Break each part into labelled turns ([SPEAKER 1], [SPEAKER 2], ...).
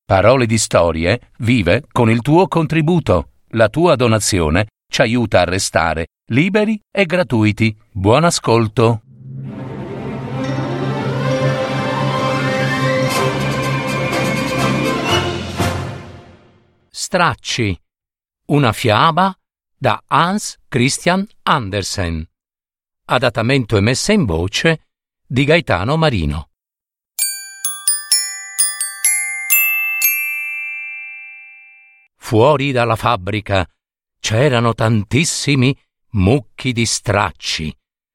[SPEAKER 1] Parole di Storie vive con il tuo contributo. La tua donazione ci aiuta a restare liberi e gratuiti. Buon ascolto. Stracci, una fiaba da Hans Christian Andersen. Adattamento e messa in voce di Gaetano Marino. Fuori dalla fabbrica c'erano tantissimi mucchi di stracci.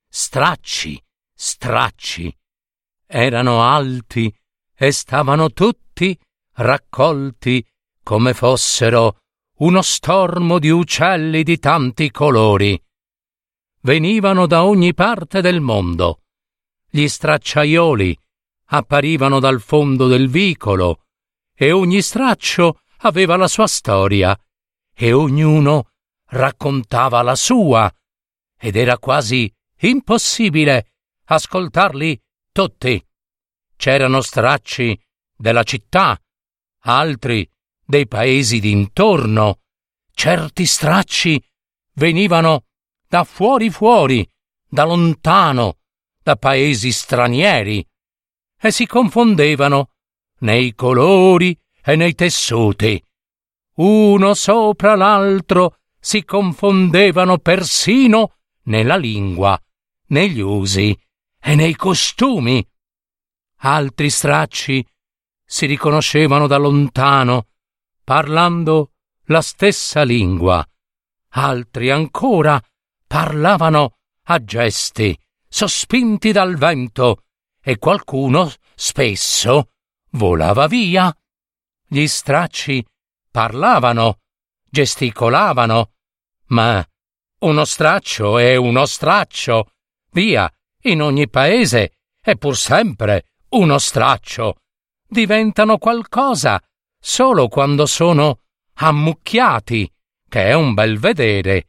[SPEAKER 1] Erano alti e stavano tutti raccolti come fossero uno stormo di uccelli di tanti colori. Venivano da ogni parte del mondo. Gli stracciaioli apparivano dal fondo del vicolo e ogni straccio aveva la sua storia e ognuno raccontava la sua ed era quasi impossibile ascoltarli tutti. C'erano stracci della città, altri dei paesi d'intorno. Certi stracci venivano da fuori, da lontano, da paesi stranieri e si confondevano nei colori e nei tessuti. Uno sopra l'altro si confondevano persino nella lingua, negli usi e nei costumi. Altri stracci si riconoscevano da lontano, parlando la stessa lingua. Altri ancora parlavano a gesti, sospinti dal vento, e qualcuno spesso volava via. Gli stracci parlavano, gesticolavano, ma uno straccio è uno straccio. Via, in ogni paese è pur sempre uno straccio. Diventano qualcosa solo quando sono ammucchiati, che è un bel vedere.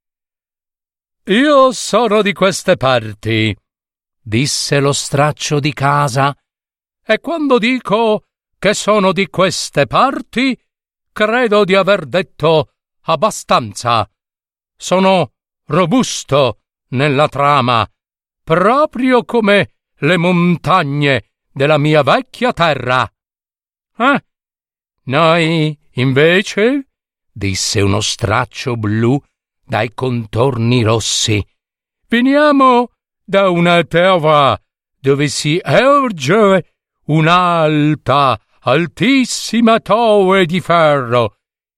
[SPEAKER 1] «Io sono di queste parti», disse lo straccio di casa, «e quando dico che sono di queste parti, credo di aver detto abbastanza. Sono robusto nella trama, proprio come le montagne della mia vecchia terra». «Noi, invece», disse uno straccio blu dai contorni rossi, «veniamo da una terra dove si erge un'alta, altissima torre di ferro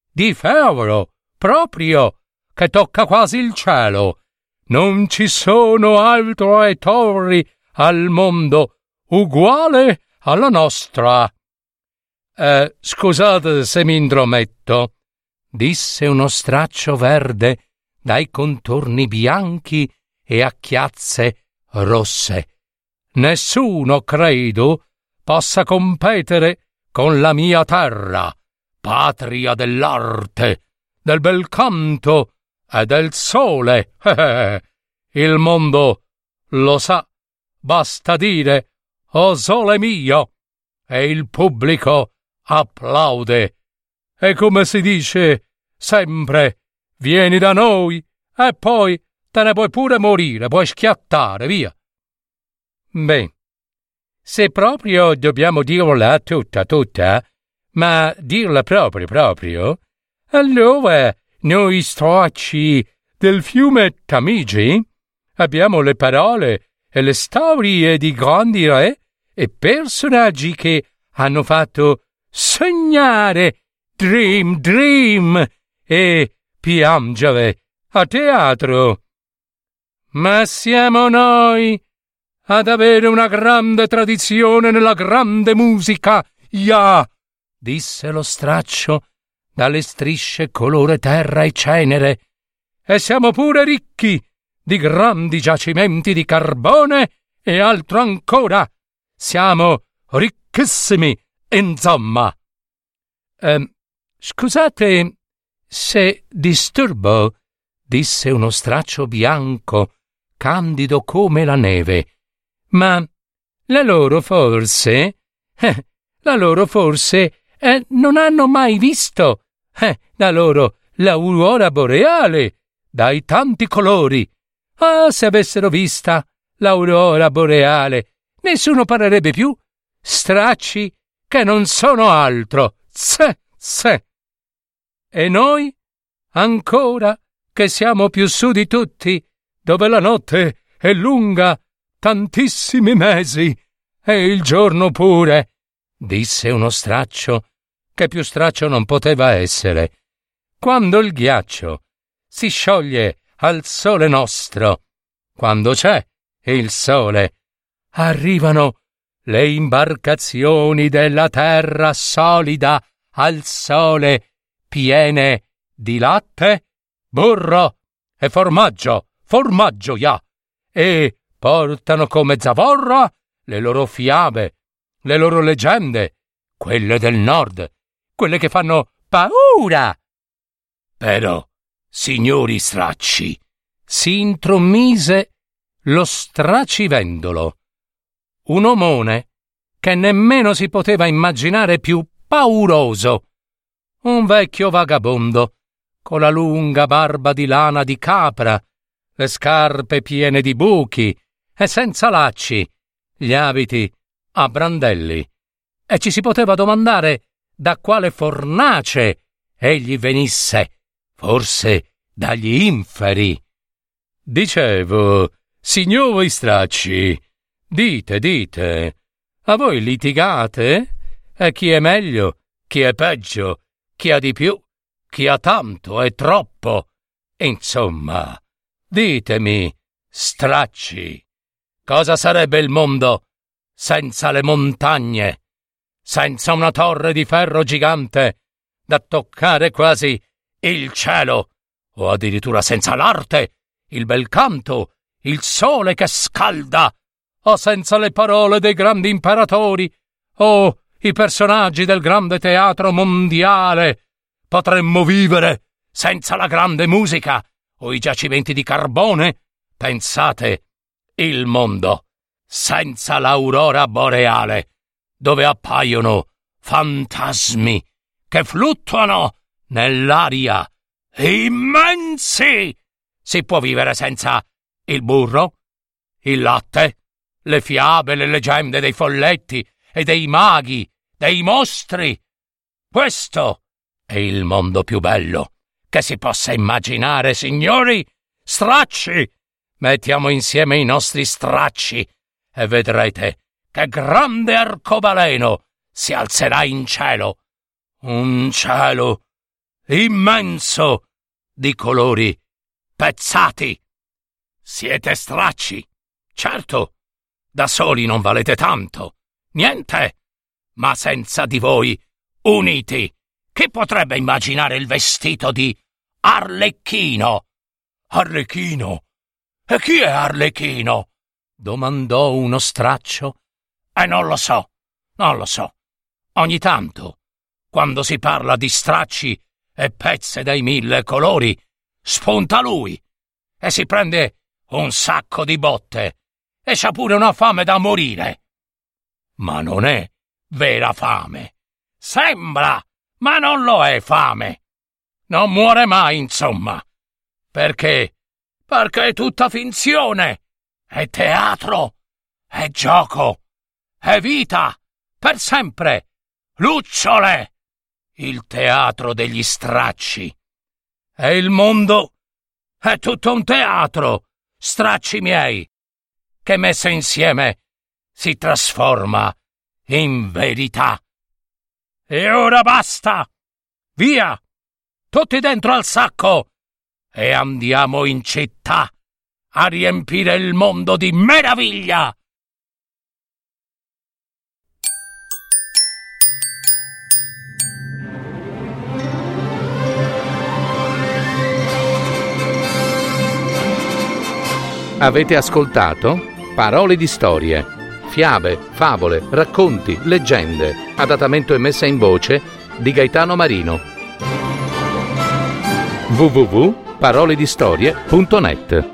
[SPEAKER 1] proprio, che tocca quasi il cielo. Non ci sono altre torri al mondo uguale alla nostra». «Scusate se mi intrometto», disse uno straccio verde dai contorni bianchi e a chiazze rosse. «Nessuno, credo, possa competere con la mia terra, patria dell'arte, del bel canto e del sole. Il mondo lo sa, basta dire «O sole mio» e il pubblico applaude. E come si dice sempre, vieni da noi e poi te ne puoi pure morire, puoi schiattare, via». Beh, se proprio dobbiamo dirla tutta, ma dirla proprio, allora noi stracci del fiume Tamigi abbiamo le parole e le storie di grandi re e personaggi che hanno fatto sognare, dream e piangere a teatro. Ma siamo noi ad avere una grande tradizione nella grande musica, disse lo straccio dalle strisce colore terra e cenere, e siamo pure ricchi di grandi giacimenti di carbone e altro ancora. Siamo ricchissimi, insomma. Scusate se disturbo, disse uno straccio bianco, candido come la neve, ma la loro forse e non hanno mai visto da loro l'aurora boreale dai tanti colori. Ah, se avessero vista l'aurora boreale, nessuno parlerebbe più. Stracci che non sono altro. Tse. E noi, ancora, che siamo più su di tutti, dove la notte è lunga tantissimi mesi, e il giorno pure, disse uno straccio, che più straccio non poteva essere. Quando il ghiaccio si scioglie al sole nostro, quando c'è il sole, arrivano le imbarcazioni della terra solida al sole, piene di latte, burro e formaggio ja, e portano come zavorra le loro fiabe, le loro leggende, quelle del nord, quelle che fanno paura. Però, signori stracci, si intromise lo stracivendolo, un omone che nemmeno si poteva immaginare più pauroso, un vecchio vagabondo, con la lunga barba di lana di capra, le scarpe piene di buchi e senza lacci, gli abiti a brandelli, e ci si poteva domandare da quale fornace egli venisse, forse dagli inferi. Dicevo, signori stracci, dite, a voi litigate? E chi è meglio, chi è peggio, chi ha di più, chi ha tanto e troppo? Insomma, ditemi, stracci, cosa sarebbe il mondo senza le montagne, senza una torre di ferro gigante da toccare quasi il cielo, o addirittura senza l'arte, il bel canto, il sole che scalda, o senza le parole dei grandi imperatori, o i personaggi del grande teatro mondiale? Potremmo vivere senza la grande musica o i giacimenti di carbone? Pensate, il mondo senza l'aurora boreale, dove appaiono fantasmi che fluttuano nell'aria, immensi. Si può vivere senza il burro, il latte, le fiabe, le leggende dei folletti e dei maghi, dei mostri. Questo è il mondo più bello che si possa immaginare, signori stracci. Mettiamo insieme i nostri stracci e vedrete che grande arcobaleno si alzerà in cielo. Un cielo immenso di colori pezzati. Siete stracci, certo, da soli non valete tanto, niente, ma senza di voi, uniti, chi potrebbe immaginare il vestito di Arlecchino? Arlecchino? E chi è Arlecchino? Domandò uno straccio. Non lo so. Ogni tanto, quando si parla di stracci e pezze dai 1000 colori, spunta lui e si prende un sacco di botte e c'ha pure una fame da morire. Ma non è vera fame. Sembra, ma non lo è fame. Non muore mai, insomma. Perché? Perché è tutta finzione. È teatro. È gioco. È vita. Per sempre. Lucciole. Il teatro degli stracci. E il mondo è tutto un teatro, stracci miei, che messo insieme si trasforma in verità. E ora basta! Via! Tutti dentro al sacco! E andiamo in città a riempire il mondo di meraviglia!
[SPEAKER 2] Avete ascoltato Parole di storie, fiabe, favole, racconti, leggende, adattamento e messa in voce di Gaetano Marino. www.paroledistorie.net